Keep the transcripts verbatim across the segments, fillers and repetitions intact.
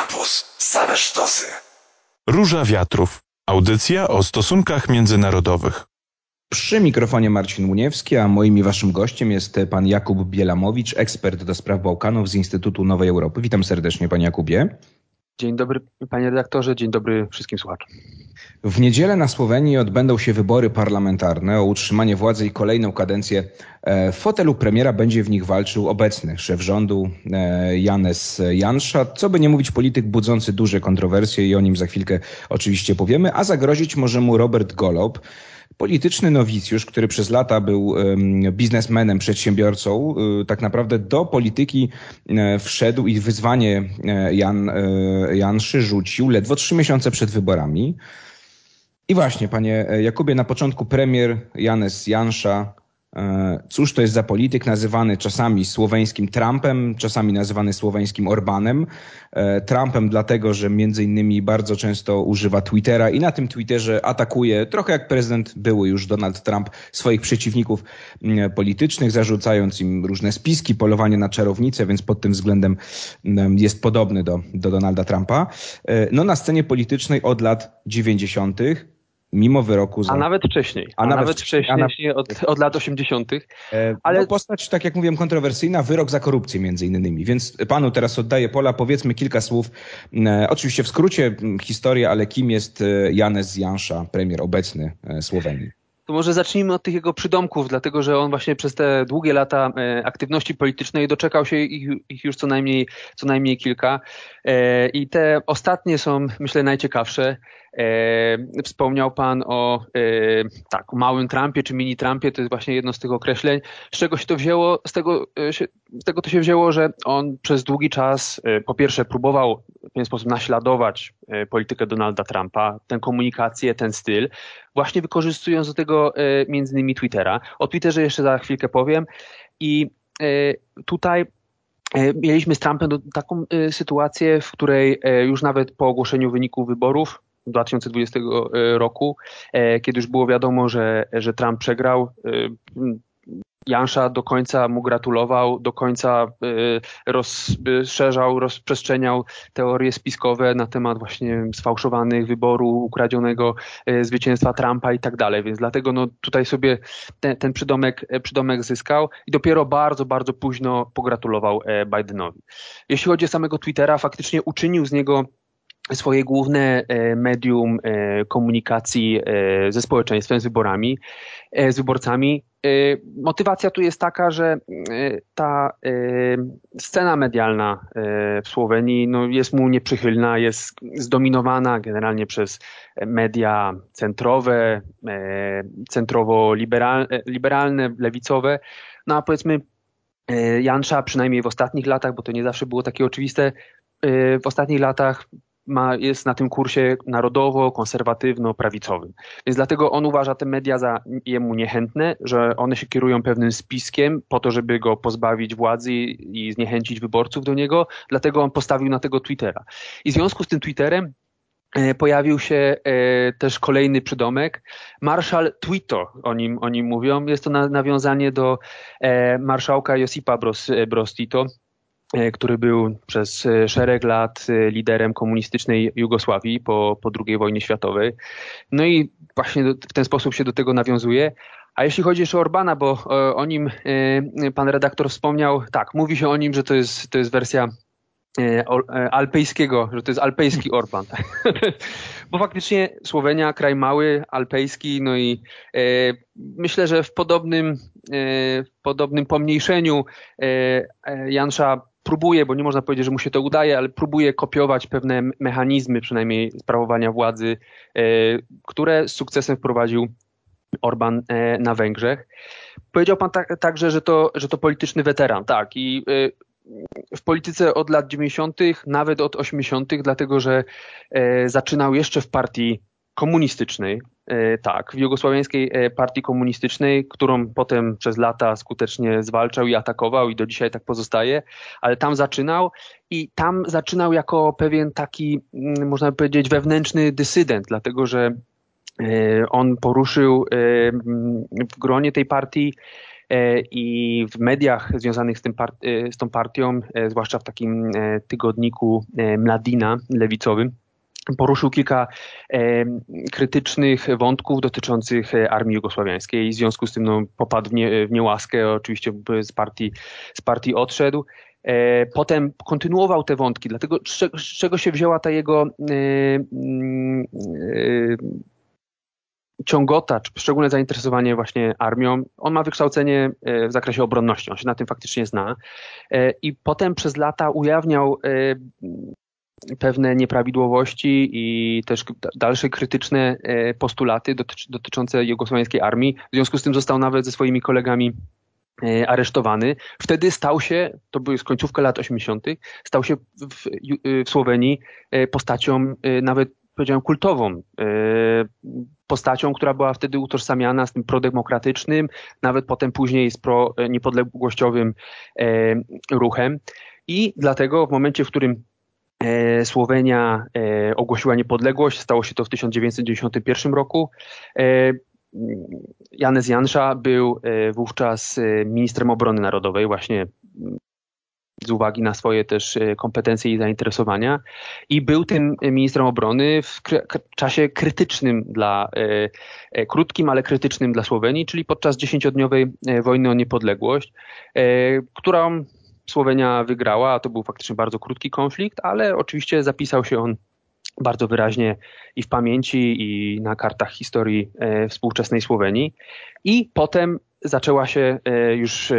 Campus. Same sztosy. Róża Wiatrów. Audycja o stosunkach międzynarodowych. Przy mikrofonie Marcin Muniewski, a moim i waszym gościem jest pan Jakub Bielamowicz, ekspert do spraw Bałkanów z Instytutu Nowej Europy. Witam serdecznie, panie Jakubie. Dzień dobry, panie redaktorze, dzień dobry wszystkim słuchaczom. W niedzielę na Słowenii odbędą się wybory parlamentarne o utrzymanie władzy i kolejną kadencję. W fotelu premiera będzie w nich walczył obecny szef rządu Janez Janša, co by nie mówić polityk budzący duże kontrowersje i o nim za chwilkę oczywiście powiemy, a zagrozić może mu Robert Golob, polityczny nowicjusz, który przez lata był biznesmenem, przedsiębiorcą. Tak naprawdę do polityki wszedł i wyzwanie Jan, Janszy rzucił ledwo trzy miesiące przed wyborami. I właśnie, panie Jakubie, na początku premier Janez Janša, cóż to jest za polityk, nazywany czasami słoweńskim Trumpem, czasami nazywany słoweńskim Orbanem. Trumpem dlatego, że między innymi bardzo często używa Twittera i na tym Twitterze atakuje, trochę jak prezydent były już Donald Trump, swoich przeciwników politycznych, zarzucając im różne spiski, polowanie na czarownicę, więc pod tym względem jest podobny do, do Donalda Trumpa. No na scenie politycznej od lat dziewięćdziesiątych. Mimo wyroku za... A nawet wcześniej. A, a nawet, nawet wcześniej, a na... od, od lat osiemdziesiątych. Ale no, postać, tak jak mówiłem, kontrowersyjna, wyrok za korupcję między innymi. Więc panu teraz oddaję pola, powiedzmy kilka słów. E, oczywiście w skrócie historia, ale kim jest Janez Janša, premier obecny Słowenii? To może zacznijmy od tych jego przydomków, dlatego że on właśnie przez te długie lata e, aktywności politycznej doczekał się ich, ich już co najmniej, co najmniej kilka. E, I te ostatnie są, myślę, najciekawsze. E, wspomniał pan o e, tak, małym Trumpie czy mini Trumpie, to jest właśnie jedno z tych określeń. Z czego się to wzięło? Z tego, e, się, z tego to się wzięło, że on przez długi czas e, po pierwsze próbował w pewien sposób naśladować e, politykę Donalda Trumpa, tę komunikację, ten styl, właśnie wykorzystując do tego e, między innymi Twittera. O Twitterze jeszcze za chwilkę powiem. I e, tutaj e, mieliśmy z Trumpem do, taką e, sytuację, w której e, już nawet po ogłoszeniu wyników wyborów dwa tysiące dwudziestego roku, e, kiedy już było wiadomo, że, że Trump przegrał, e, Janša do końca mu gratulował, do końca y, rozszerzał, rozprzestrzeniał teorie spiskowe na temat właśnie sfałszowanych wyborów, ukradzionego y, zwycięstwa Trumpa i tak dalej. Więc dlatego no, tutaj sobie ten, ten przydomek, przydomek zyskał i dopiero bardzo, bardzo późno pogratulował e, Bidenowi. Jeśli chodzi o samego Twittera, faktycznie uczynił z niego swoje główne e, medium e, komunikacji e, ze społeczeństwem, z wyborami, e, z wyborcami. Motywacja tu jest taka, że ta scena medialna w Słowenii no, jest mu nieprzychylna, jest zdominowana generalnie przez media centrowe, centrowo-liberalne, lewicowe. No a powiedzmy Janša, przynajmniej w ostatnich latach, bo to nie zawsze było takie oczywiste, w ostatnich latach Ma, jest na tym kursie narodowo-konserwatywno-prawicowym. Więc dlatego on uważa te media za jemu niechętne, że one się kierują pewnym spiskiem po to, żeby go pozbawić władzy i zniechęcić wyborców do niego. Dlatego on postawił na tego Twittera. I w związku z tym Twitterem e, pojawił się e, też kolejny przydomek. Marszał Twito, o nim, o nim mówią. Jest to na, nawiązanie do e, marszałka Josipa Broz, Broz Tito, który był przez szereg lat liderem komunistycznej Jugosławii po, po drugiej wojnie światowej. No i właśnie w ten sposób się do tego nawiązuje. A jeśli chodzi jeszcze o Orbana, bo o nim pan redaktor wspomniał, tak, mówi się o nim, że to jest, to jest wersja alpejskiego, że to jest alpejski Orban. Bo faktycznie Słowenia, kraj mały, alpejski, no i e, myślę, że w podobnym, e, w podobnym pomniejszeniu e, Janša próbuje, bo nie można powiedzieć, że mu się to udaje, ale próbuje kopiować pewne mechanizmy przynajmniej sprawowania władzy, e, które z sukcesem wprowadził Orban e, na Węgrzech. Powiedział pan tak, także, że to, że to polityczny weteran, tak, i e, w polityce od lat dziewięćdziesiątych, nawet od osiemdziesiątych, dlatego że e, zaczynał jeszcze w partii komunistycznej, e, tak, w jugosłowiańskiej e, partii komunistycznej, którą potem przez lata skutecznie zwalczał i atakował i do dzisiaj tak pozostaje, ale tam zaczynał i tam zaczynał jako pewien taki, m, można by powiedzieć, wewnętrzny dysydent, dlatego że e, on poruszył e, w gronie tej partii i w mediach związanych z, tym part- z tą partią, zwłaszcza w takim tygodniku Mladina lewicowym, poruszył kilka e, krytycznych wątków dotyczących armii jugosławiańskiej i w związku z tym no, popadł w, nie, w niełaskę, oczywiście z partii, z partii odszedł. E, potem kontynuował te wątki, dlatego z, z czego się wzięła ta jego e, e, ciągota, czy szczególne zainteresowanie właśnie armią. On ma wykształcenie w zakresie obronności, on się na tym faktycznie zna e, i potem przez lata ujawniał e, pewne nieprawidłowości i też dalsze krytyczne postulaty dotyczące jugosłowiańskiej armii. W związku z tym został nawet ze swoimi kolegami aresztowany. Wtedy stał się, to była końcówka lat osiemdziesiątych, stał się w, w Słowenii postacią nawet, powiedziałem, kultową. Postacią, która była wtedy utożsamiana z tym prodemokratycznym, nawet potem później z pro-niepodległościowym ruchem. I dlatego w momencie, w którym Słowenia ogłosiła niepodległość, stało się to w tysiąc dziewięćset dziewięćdziesiątym pierwszym roku. Janez Janša był wówczas ministrem obrony narodowej, właśnie z uwagi na swoje też kompetencje i zainteresowania, i był tym ministrem obrony w czasie krytycznym dla, krótkim, ale krytycznym dla Słowenii, czyli podczas dziesięciodniowej wojny o niepodległość, którą Słowenia wygrała, a to był faktycznie bardzo krótki konflikt, ale oczywiście zapisał się on bardzo wyraźnie i w pamięci, i na kartach historii e, współczesnej Słowenii. I potem zaczęła się e, już e,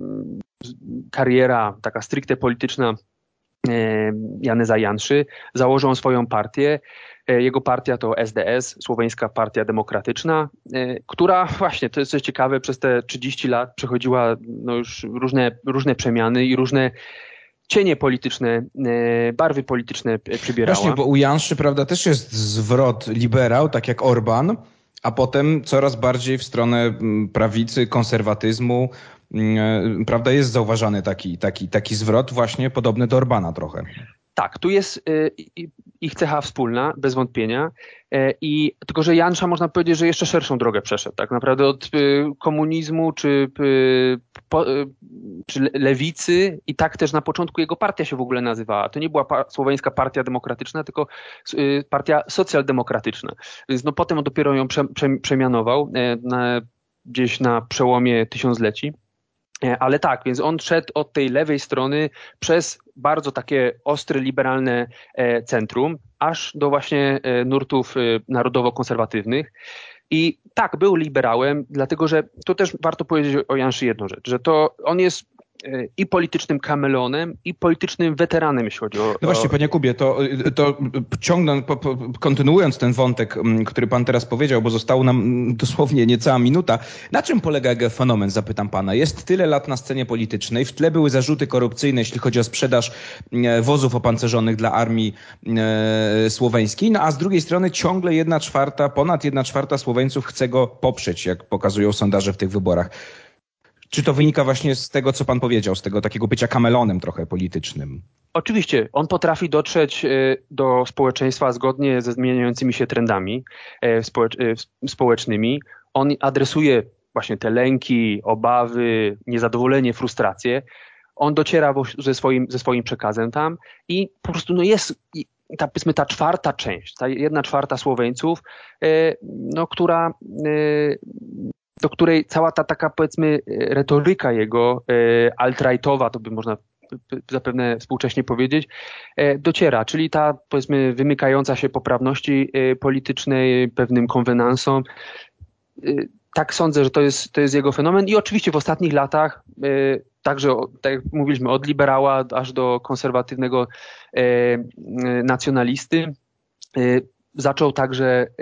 kariera taka stricte polityczna e, Janeza Janszy. Założył on swoją partię. E, jego partia to S D S, Słoweńska Partia Demokratyczna, e, która właśnie, to jest coś ciekawe, przez te trzydzieści lat przechodziła no już różne, różne przemiany i różne cienie polityczne, barwy polityczne przybierała. Właśnie, bo u Janszy, prawda, też jest zwrot liberał, tak jak Orban, a potem coraz bardziej w stronę prawicy, konserwatyzmu, prawda, jest zauważany taki, taki, taki zwrot właśnie podobny do Orbana trochę. Tak, tu jest y, ich cecha wspólna, bez wątpienia. Y, i tylko, że Janša, można powiedzieć, że jeszcze szerszą drogę przeszedł. Tak naprawdę od y, komunizmu czy, y, po, y, czy lewicy, i tak też na początku jego partia się w ogóle nazywała. To nie była pa- Słoweńska Partia Demokratyczna, tylko y, Partia Socjaldemokratyczna. Więc no, potem on dopiero ją prze, prze, przemianował y, na, gdzieś na przełomie tysiącleci. Ale tak, więc on szedł od tej lewej strony przez bardzo takie ostre, liberalne centrum, aż do właśnie nurtów narodowo-konserwatywnych. I tak, był liberałem, dlatego że to też warto powiedzieć o Janszy jedną rzecz, że to on jest i politycznym kameleonem, i politycznym weteranem, jeśli chodzi o... No właśnie, panie Kubie, to, to ciągnąc, po, po, kontynuując ten wątek, który pan teraz powiedział, bo zostało nam dosłownie niecała minuta. Na czym polega jego fenomen, zapytam pana? Jest tyle lat na scenie politycznej, w tle były zarzuty korupcyjne, jeśli chodzi o sprzedaż wozów opancerzonych dla armii e, słoweńskiej, no a z drugiej strony ciągle jedna czwarta, ponad jedna czwarta Słoweńców chce go poprzeć, jak pokazują sondaże w tych wyborach. Czy to wynika właśnie z tego, co pan powiedział, z tego takiego bycia kamelonem trochę politycznym? Oczywiście, on potrafi dotrzeć do społeczeństwa zgodnie ze zmieniającymi się trendami społecznymi. On adresuje właśnie te lęki, obawy, niezadowolenie, frustracje. On dociera ze swoim, ze swoim przekazem tam i po prostu no jest ta, powiedzmy, ta czwarta część, ta jedna czwarta Słoweńców, no, która... do której cała ta taka, powiedzmy, retoryka jego e, alt-rightowa, to by można zapewne współcześnie powiedzieć, e, dociera. Czyli ta, powiedzmy, wymykająca się poprawności e, politycznej, pewnym konwenansom. E, tak sądzę, że to jest, to jest jego fenomen. I oczywiście w ostatnich latach, e, także, tak jak mówiliśmy, od liberała aż do konserwatywnego e, nacjonalisty, e, zaczął także e,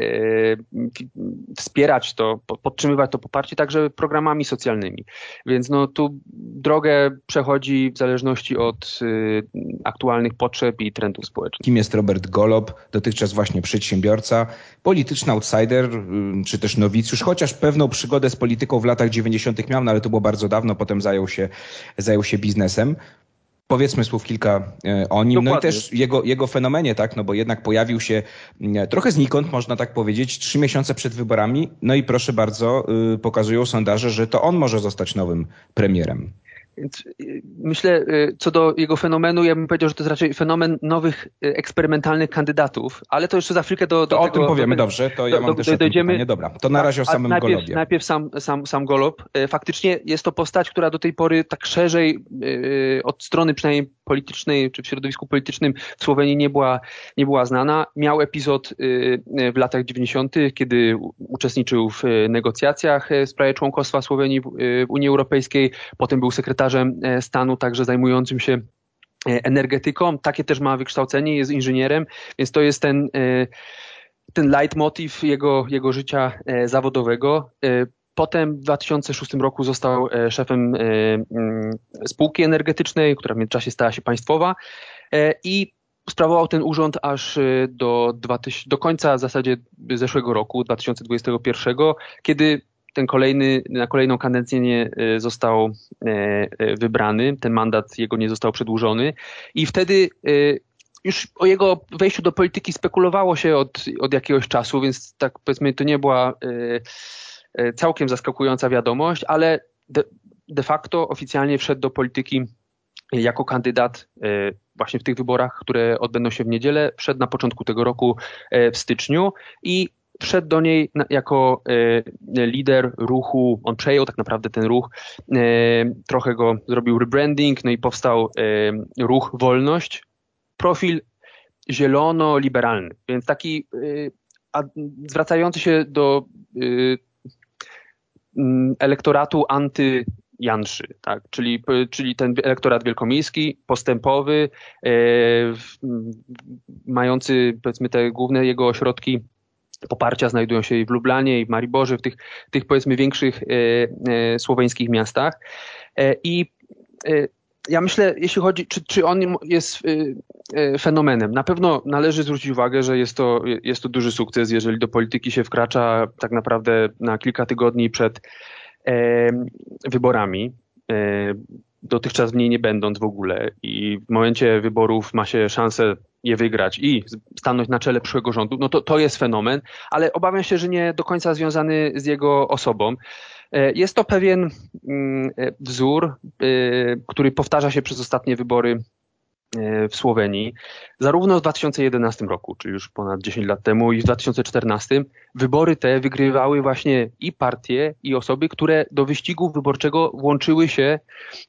wspierać to, podtrzymywać to poparcie także programami socjalnymi. Więc no tu drogę przechodzi w zależności od e, aktualnych potrzeb i trendów społecznych. Kim jest Robert Golob, dotychczas właśnie przedsiębiorca, polityczny outsider, czy też nowicjusz, chociaż pewną przygodę z polityką w latach dziewięćdziesiątych miał, no ale to było bardzo dawno, potem zajął się, zajął się biznesem. Powiedzmy słów kilka o nim, Dokładnie. No i też jego, jego fenomenie, tak, no bo jednak pojawił się trochę znikąd, można tak powiedzieć, trzy miesiące przed wyborami, no i proszę bardzo, pokazują sondaże, że to on może zostać nowym premierem. Więc myślę, co do jego fenomenu, ja bym powiedział, że to jest raczej fenomen nowych eksperymentalnych kandydatów, ale to jeszcze za chwilkę do, do to tego... o tym powiemy, do, dobrze, to ja do, mam do, też do, dojdziemy. Pytanie. Dobra, to na razie o samym najpierw, Golobie. Najpierw sam, sam, sam Golob. Faktycznie jest to postać, która do tej pory tak szerzej od strony przynajmniej politycznej, czy w środowisku politycznym w Słowenii nie była, nie była znana. Miał epizod w latach dziewięćdziesiątych, kiedy uczestniczył w negocjacjach w sprawie członkostwa Słowenii w Unii Europejskiej, potem był sekretarzem stanu, także zajmującym się energetyką. Takie też ma wykształcenie, jest inżynierem, więc to jest ten, ten leitmotiv jego, jego życia zawodowego. Potem w dwa tysiące szóstym roku został szefem spółki energetycznej, która w międzyczasie stała się państwowa i sprawował ten urząd aż do, do końca w zasadzie zeszłego roku, dwa tysiące dwudziestego pierwszego, kiedy ten kolejny, na kolejną kadencję nie został wybrany, ten mandat jego nie został przedłużony i wtedy już o jego wejściu do polityki spekulowało się od, od jakiegoś czasu, więc tak powiedzmy to nie była całkiem zaskakująca wiadomość, ale de, de facto oficjalnie wszedł do polityki jako kandydat właśnie w tych wyborach, które odbędą się w niedzielę, wszedł na początku tego roku w styczniu i wszedł do niej jako lider ruchu, on przejął tak naprawdę ten ruch, trochę go zrobił rebranding, no i powstał ruch Wolność, profil zielono-liberalny, więc taki zwracający się do elektoratu anty-Janszy, tak? czyli, czyli ten elektorat wielkomiejski, postępowy, mający powiedzmy te główne jego ośrodki poparcia znajdują się i w Lublanie, i w Mariborze, w tych, tych powiedzmy większych e, e, słoweńskich miastach. E, I e, ja myślę, jeśli chodzi, czy, czy on jest e, e, fenomenem, na pewno należy zwrócić uwagę, że jest to, jest to duży sukces, jeżeli do polityki się wkracza tak naprawdę na kilka tygodni przed e, wyborami. E, dotychczas w niej nie będąc w ogóle i w momencie wyborów ma się szansę je wygrać i stanąć na czele przyszłego rządu, no to, to jest fenomen, ale obawiam się, że nie do końca związany z jego osobą. Jest to pewien wzór, który powtarza się przez ostatnie wybory w Słowenii. Zarówno w dwa tysiące jedenastym roku, czyli już ponad dziesięć lat temu, i w dwa tysiące czternastym wybory te wygrywały właśnie i partie, i osoby, które do wyścigu wyborczego włączyły się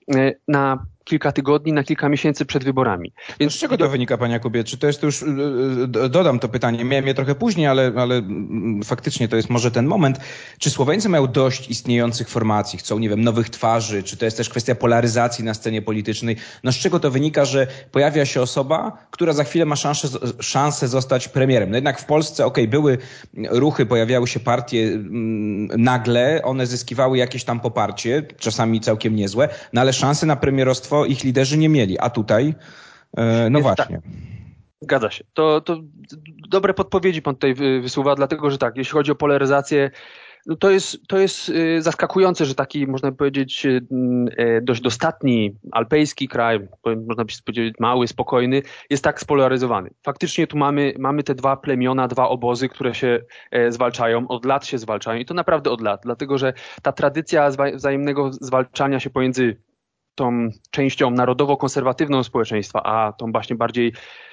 na kilka tygodni, na kilka miesięcy przed wyborami. Więc z czego to wynika, panie Jakubie? Czy to jest, to już dodam to pytanie, miałem je trochę później, ale, ale faktycznie to jest może ten moment. Czy Słoweńcy mają dość istniejących formacji, chcą, nie wiem, nowych twarzy, czy to jest też kwestia polaryzacji na scenie politycznej? No z czego to wynika, że pojawia się osoba, która za chwilę ma szansę, szansę zostać premierem? No jednak w Polsce, okej, okay, były ruchy, pojawiały się partie nagle, one zyskiwały jakieś tam poparcie, czasami całkiem niezłe, no ale szansy na premierostwo ich liderzy nie mieli, a tutaj no Jest właśnie. Tak. Zgadza się. To, to dobre podpowiedzi pan tutaj wysuwa, dlatego że tak, jeśli chodzi o polaryzację, no to jest, to jest zaskakujące, że taki, można powiedzieć, dość dostatni, alpejski kraj, można by powiedzieć mały, spokojny, jest tak spolaryzowany. Faktycznie tu mamy, mamy te dwa plemiona, dwa obozy, które się zwalczają, od lat się zwalczają i to naprawdę od lat, dlatego że ta tradycja wzajemnego zwalczania się pomiędzy tą częścią narodowo-konserwatywną społeczeństwa, a tą właśnie bardziej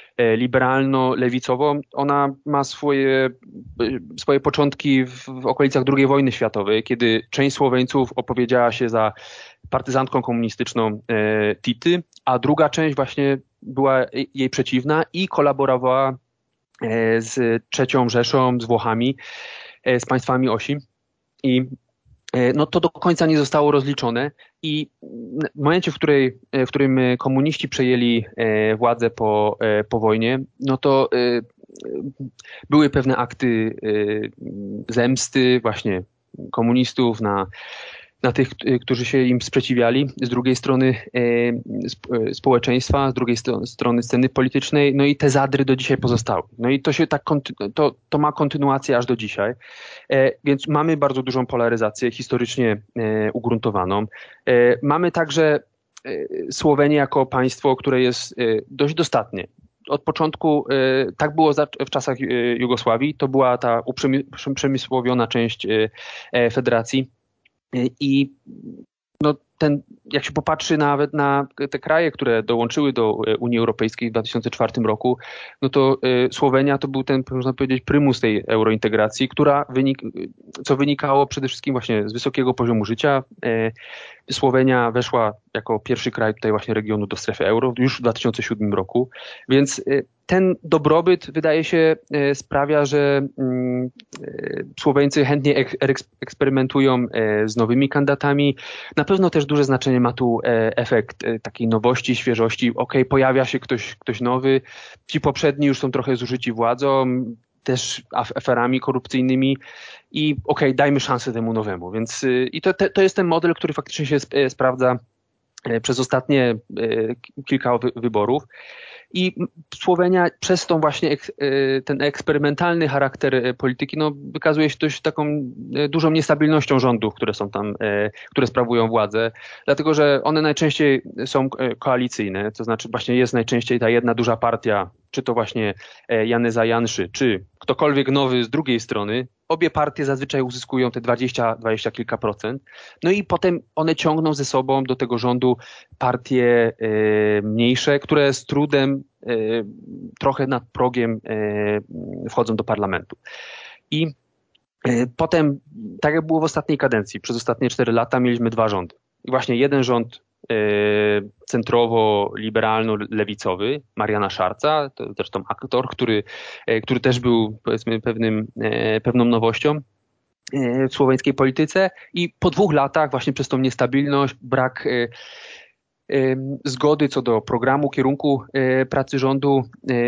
liberalno-lewicową, ona ma swoje, swoje początki w, w okolicach drugiej wojny światowej, kiedy część Słoweńców opowiedziała się za partyzantką komunistyczną e, Tity, a druga część właśnie była jej przeciwna i kolaborowała e, z trzecią Rzeszą, z Włochami, e, z państwami osi. I no to do końca nie zostało rozliczone i w momencie, w, której, w którym komuniści przejęli władzę po, po wojnie, no to były pewne akty zemsty właśnie komunistów na, na tych, którzy się im sprzeciwiali, z drugiej strony e, społeczeństwa, z drugiej st- strony sceny politycznej, no i te zadry do dzisiaj pozostały. No i to się tak, konty- to, to ma kontynuację aż do dzisiaj, e, więc mamy bardzo dużą polaryzację historycznie e, ugruntowaną. E, mamy także Słowenię jako państwo, które jest dość dostatnie. Od początku, tak było w czasach Jugosławii, to była ta uprzemysłowiona część federacji i no ten, jak się popatrzy nawet na te kraje, które dołączyły do Unii Europejskiej w dwa tysiące czwartym roku, no to Słowenia to był ten, można powiedzieć, prymus tej eurointegracji, która wynik, co wynikało przede wszystkim właśnie z wysokiego poziomu życia. Słowenia weszła jako pierwszy kraj tutaj właśnie regionu do strefy euro już w dwa tysiące siódmym roku, więc ten dobrobyt wydaje się sprawia, że Słoweńcy chętnie eksperymentują z nowymi kandydatami. Na pewno też duże znaczenie ma tu efekt takiej nowości, świeżości. Okej, pojawia się ktoś, ktoś nowy, ci poprzedni już są trochę zużyci władzą, też aferami korupcyjnymi i okej, okay, dajmy szansę temu nowemu. Więc i to, to jest ten model, który faktycznie się sprawdza przez ostatnie kilka wyborów. I Słowenia przez tą właśnie ten eksperymentalny charakter polityki no, wykazuje się dość taką dużą niestabilnością rządów, które są tam, które sprawują władzę, dlatego że one najczęściej są koalicyjne, to znaczy właśnie jest najczęściej ta jedna duża partia, czy to właśnie Janeza Janszy, czy ktokolwiek nowy z drugiej strony. Obie partie zazwyczaj uzyskują te dwadzieścia, dwadzieścia kilka procent. No i potem one ciągną ze sobą do tego rządu partie y, mniejsze, które z trudem y, trochę nad progiem y, wchodzą do parlamentu. I y, potem, tak jak było w ostatniej kadencji, przez ostatnie cztery lata mieliśmy dwa rządy. I właśnie jeden rząd centrowo-liberalno-lewicowy Mariana Szarca, to zresztą aktor, który, który też był powiedzmy pewnym, pewną nowością w słoweńskiej polityce i po dwóch latach właśnie przez tą niestabilność, brak zgody co do programu, kierunku pracy rządu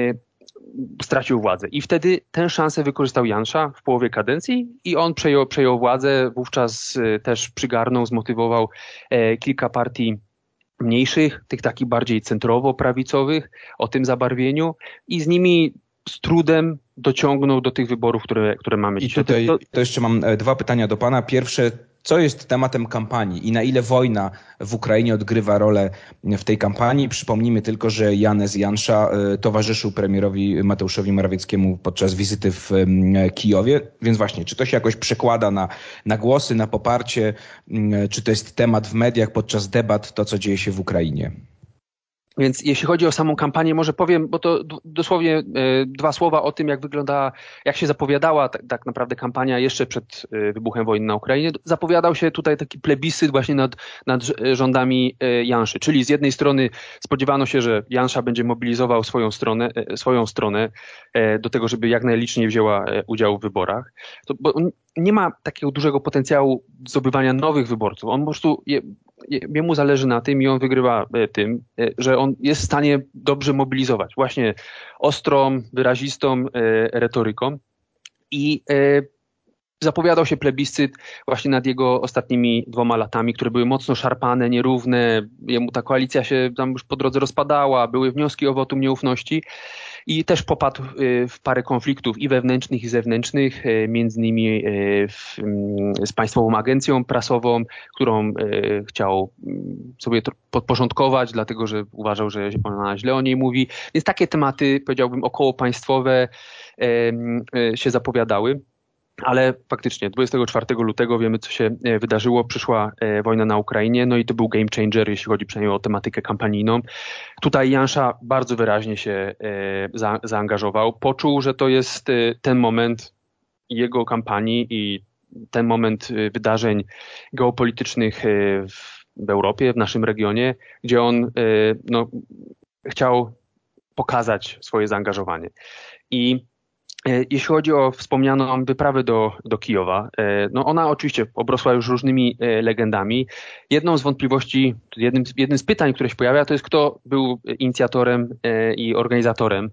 stracił władzę. I wtedy tę szansę wykorzystał Jansza w połowie kadencji i on przejął, przejął władzę, wówczas też przygarnął, zmotywował kilka partii mniejszych, tych takich bardziej centrowo-prawicowych o tym zabarwieniu i z nimi z trudem dociągnął do tych wyborów, które, które mamy I dzisiaj. tutaj to, to jeszcze mam dwa pytania do pana. Pierwsze, co jest tematem kampanii i na ile wojna w Ukrainie odgrywa rolę w tej kampanii? Przypomnijmy tylko, że Janez Jansza towarzyszył premierowi Mateuszowi Morawieckiemu podczas wizyty w Kijowie, więc właśnie, czy to się jakoś przekłada na, na głosy, na poparcie, czy to jest temat w mediach podczas debat, to co dzieje się w Ukrainie? Więc jeśli chodzi o samą kampanię, może powiem, bo to dosłownie dwa słowa o tym, jak wygląda, jak się zapowiadała tak, tak naprawdę kampania jeszcze przed wybuchem wojny na Ukrainie. Zapowiadał się tutaj taki plebiscyt właśnie nad, nad rządami Janszy, czyli z jednej strony spodziewano się, że Jansza będzie mobilizował swoją stronę, swoją stronę do tego, żeby jak najliczniej wzięła udział w wyborach. To, bo on nie ma takiego dużego potencjału zdobywania nowych wyborców. On po prostu je, jemu zależy na tym i on wygrywa tym, że on jest w stanie dobrze mobilizować właśnie ostrą, wyrazistą retoryką i zapowiadał się plebiscyt właśnie nad jego ostatnimi dwoma latami, które były mocno szarpane, nierówne. Jemu ta koalicja się tam już po drodze rozpadała, były wnioski o wotum nieufności i też popadł w parę konfliktów i wewnętrznych, i zewnętrznych, między innymi w, z Państwową Agencją Prasową, którą chciał sobie podporządkować, dlatego że uważał, że ona źle o niej mówi. Więc takie tematy, powiedziałbym, okołopaństwowe się zapowiadały. Ale faktycznie dwudziestego czwartego lutego wiemy, co się wydarzyło. Przyszła wojna na Ukrainie, no i to był game changer, jeśli chodzi przynajmniej o tematykę kampanijną. Tutaj Jansza bardzo wyraźnie się za, zaangażował. Poczuł, że to jest ten moment jego kampanii i ten moment wydarzeń geopolitycznych w, w Europie, w naszym regionie, gdzie on no, chciał pokazać swoje zaangażowanie. I jeśli chodzi o wspomnianą wyprawę do, do Kijowa, no ona oczywiście obrosła już różnymi legendami. Jedną z wątpliwości, jednym, jednym z pytań, które się pojawia, to jest kto był inicjatorem i organizatorem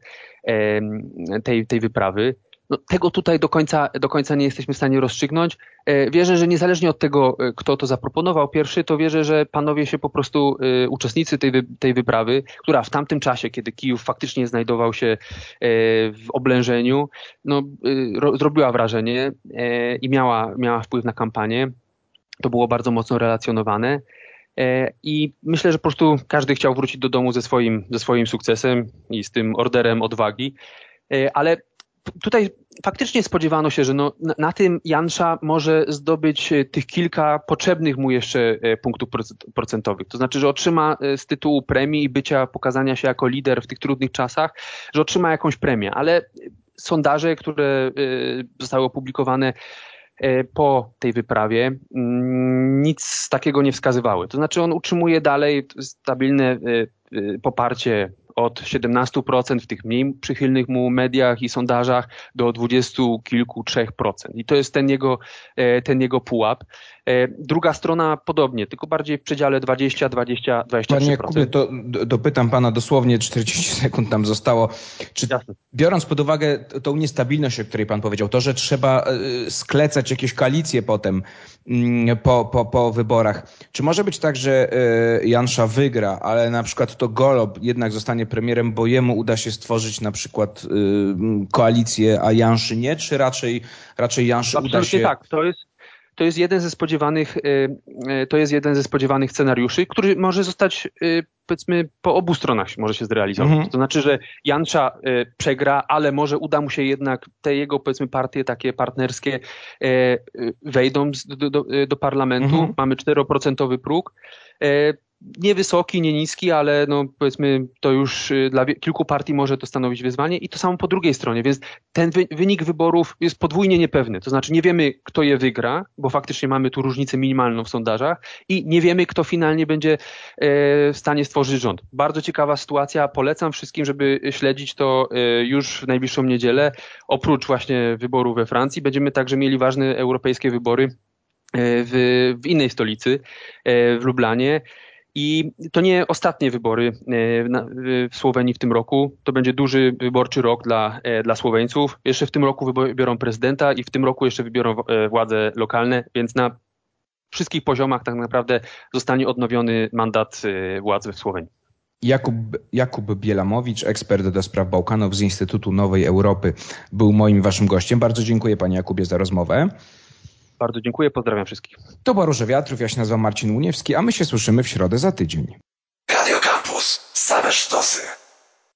tej, tej wyprawy. No, tego tutaj do końca, do końca nie jesteśmy w stanie rozstrzygnąć. Wierzę, że niezależnie od tego, kto to zaproponował pierwszy, to wierzę, że panowie się po prostu, uczestnicy tej, tej wyprawy, która w tamtym czasie, kiedy Kijów faktycznie znajdował się w oblężeniu, no, ro, zrobiła wrażenie i miała, miała wpływ na kampanię. To było bardzo mocno relacjonowane. I myślę, że po prostu każdy chciał wrócić do domu ze swoim, ze swoim sukcesem i z tym orderem odwagi. Ale tutaj faktycznie spodziewano się, że no, na, na tym Jansza może zdobyć tych kilka potrzebnych mu jeszcze punktów procentowych. To znaczy, że otrzyma z tytułu premii i bycia, pokazania się jako lider w tych trudnych czasach, że otrzyma jakąś premię. Ale sondaże, które zostały opublikowane po tej wyprawie, nic takiego nie wskazywały. To znaczy on utrzymuje dalej stabilne poparcie od siedemnastu procent w tych mniej przychylnych mu mediach i sondażach do dwudziestu kilku trzech procent. I to jest ten jego, ten jego pułap. Druga strona podobnie, tylko bardziej w przedziale dwadzieścia do dwudziestu do dwudziestu trzech procent. Panie Jakubie, to dopytam pana, dosłownie czterdzieści sekund tam zostało. Czy Jasne. Biorąc pod uwagę tą niestabilność, o której pan powiedział, to, że trzeba sklecać jakieś koalicje potem po, po, po wyborach, czy może być tak, że Jansza wygra, ale na przykład to Golob jednak zostanie premierem, bo jemu uda się stworzyć na przykład koalicję, a Janszy nie? Czy raczej, raczej Janszy Absolutnie uda się... tak, to jest... To jest jeden ze spodziewanych, to jest jeden ze spodziewanych scenariuszy, który może zostać, powiedzmy, po obu stronach może się zrealizować. Mhm. To znaczy, że Jansza przegra, ale może uda mu się jednak te jego, powiedzmy, partie takie partnerskie wejdą do, do, do parlamentu. Mhm. Mamy czteroprocentowy próg. Niewysoki, nie niski, ale no powiedzmy to już dla kilku partii może to stanowić wyzwanie i to samo po drugiej stronie, więc ten wy, wynik wyborów jest podwójnie niepewny, to znaczy nie wiemy, kto je wygra, bo faktycznie mamy tu różnicę minimalną w sondażach i nie wiemy, kto finalnie będzie e, w stanie stworzyć rząd. Bardzo ciekawa sytuacja, polecam wszystkim, żeby śledzić to e, już w najbliższą niedzielę. Oprócz właśnie wyborów we Francji będziemy także mieli ważne europejskie wybory w, w innej stolicy, e, w Lublanie. I to nie ostatnie wybory w Słowenii w tym roku. To będzie duży wyborczy rok dla, dla Słoweńców. Jeszcze w tym roku wybiorą prezydenta i w tym roku jeszcze wybiorą władze lokalne, więc na wszystkich poziomach tak naprawdę zostanie odnowiony mandat władzy w Słowenii. Jakub, Jakub Bielamowicz, ekspert do spraw Bałkanów z Instytutu Nowej Europy, był moim waszym gościem. Bardzo dziękuję panie Jakubie za rozmowę. Bardzo dziękuję, pozdrawiam wszystkich. To była Róża Wiatrów, ja się nazywam Marcin Łuniewski, a my się słyszymy w środę za tydzień. Radio Campus, same sztosy.